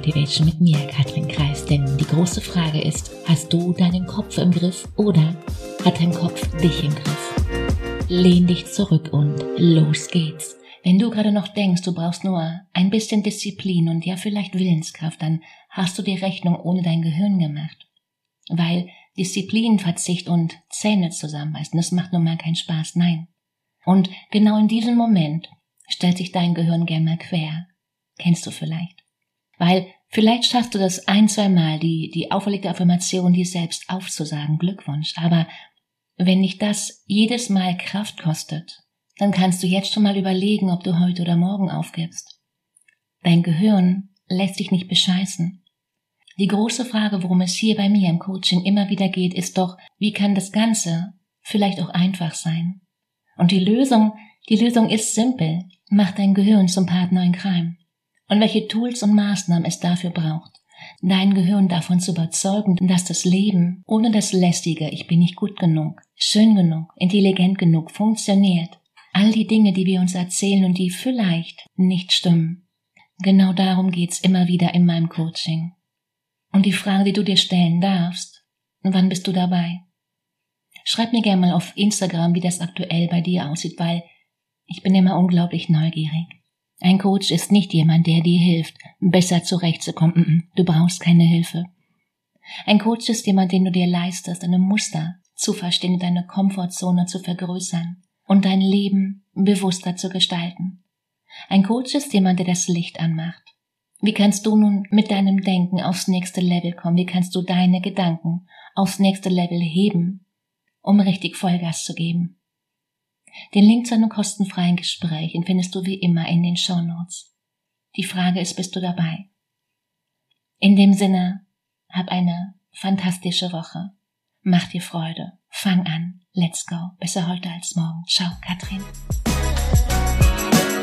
Motivation mit mir, Katrin Kreis. Denn die große Frage ist, hast du deinen Kopf im Griff oder hat dein Kopf dich im Griff? Lehn dich zurück und los geht's. Wenn du gerade noch denkst, du brauchst nur ein bisschen Disziplin und ja vielleicht Willenskraft, dann hast du die Rechnung ohne dein Gehirn gemacht. Weil Disziplin, Verzicht und Zähne zusammenbeißen, das macht nun mal keinen Spaß, nein. Und genau in diesem Moment stellt sich dein Gehirn gern mal quer. Kennst du vielleicht? Weil vielleicht schaffst du das 1-2 Mal, die auferlegte Affirmation dir selbst aufzusagen, Glückwunsch. Aber wenn dich das jedes Mal Kraft kostet, dann kannst du jetzt schon mal überlegen, ob du heute oder morgen aufgibst. Dein Gehirn lässt dich nicht bescheißen. Die große Frage, worum es hier bei mir im Coaching immer wieder geht, ist doch, wie kann das Ganze vielleicht auch einfach sein? Und die Lösung ist simpel. Mach dein Gehirn zum Partner in Crime. Und welche Tools und Maßnahmen es dafür braucht, dein Gehirn davon zu überzeugen, dass das Leben ohne das lästige Ich bin nicht gut genug, schön genug, intelligent genug funktioniert. All die Dinge, die wir uns erzählen und die vielleicht nicht stimmen. Genau darum geht's immer wieder in meinem Coaching. Und die Frage, die du dir stellen darfst, wann bist du dabei? Schreib mir gerne mal auf Instagram, wie das aktuell bei dir aussieht, weil ich bin immer unglaublich neugierig. Ein Coach ist nicht jemand, der dir hilft, besser zurechtzukommen. Du brauchst keine Hilfe. Ein Coach ist jemand, den du dir leistest, deine Muster zu verstehen, deine Komfortzone zu vergrößern und dein Leben bewusster zu gestalten. Ein Coach ist jemand, der das Licht anmacht. Wie kannst du nun mit deinem Denken aufs nächste Level kommen? Wie kannst du deine Gedanken aufs nächste Level heben, um richtig Vollgas zu geben? Den Link zu einem kostenfreien Gespräch findest du wie immer in den Shownotes. Die Frage ist, bist du dabei? In dem Sinne, hab eine fantastische Woche. Mach dir Freude. Fang an. Let's go. Besser heute als morgen. Ciao, Katrin.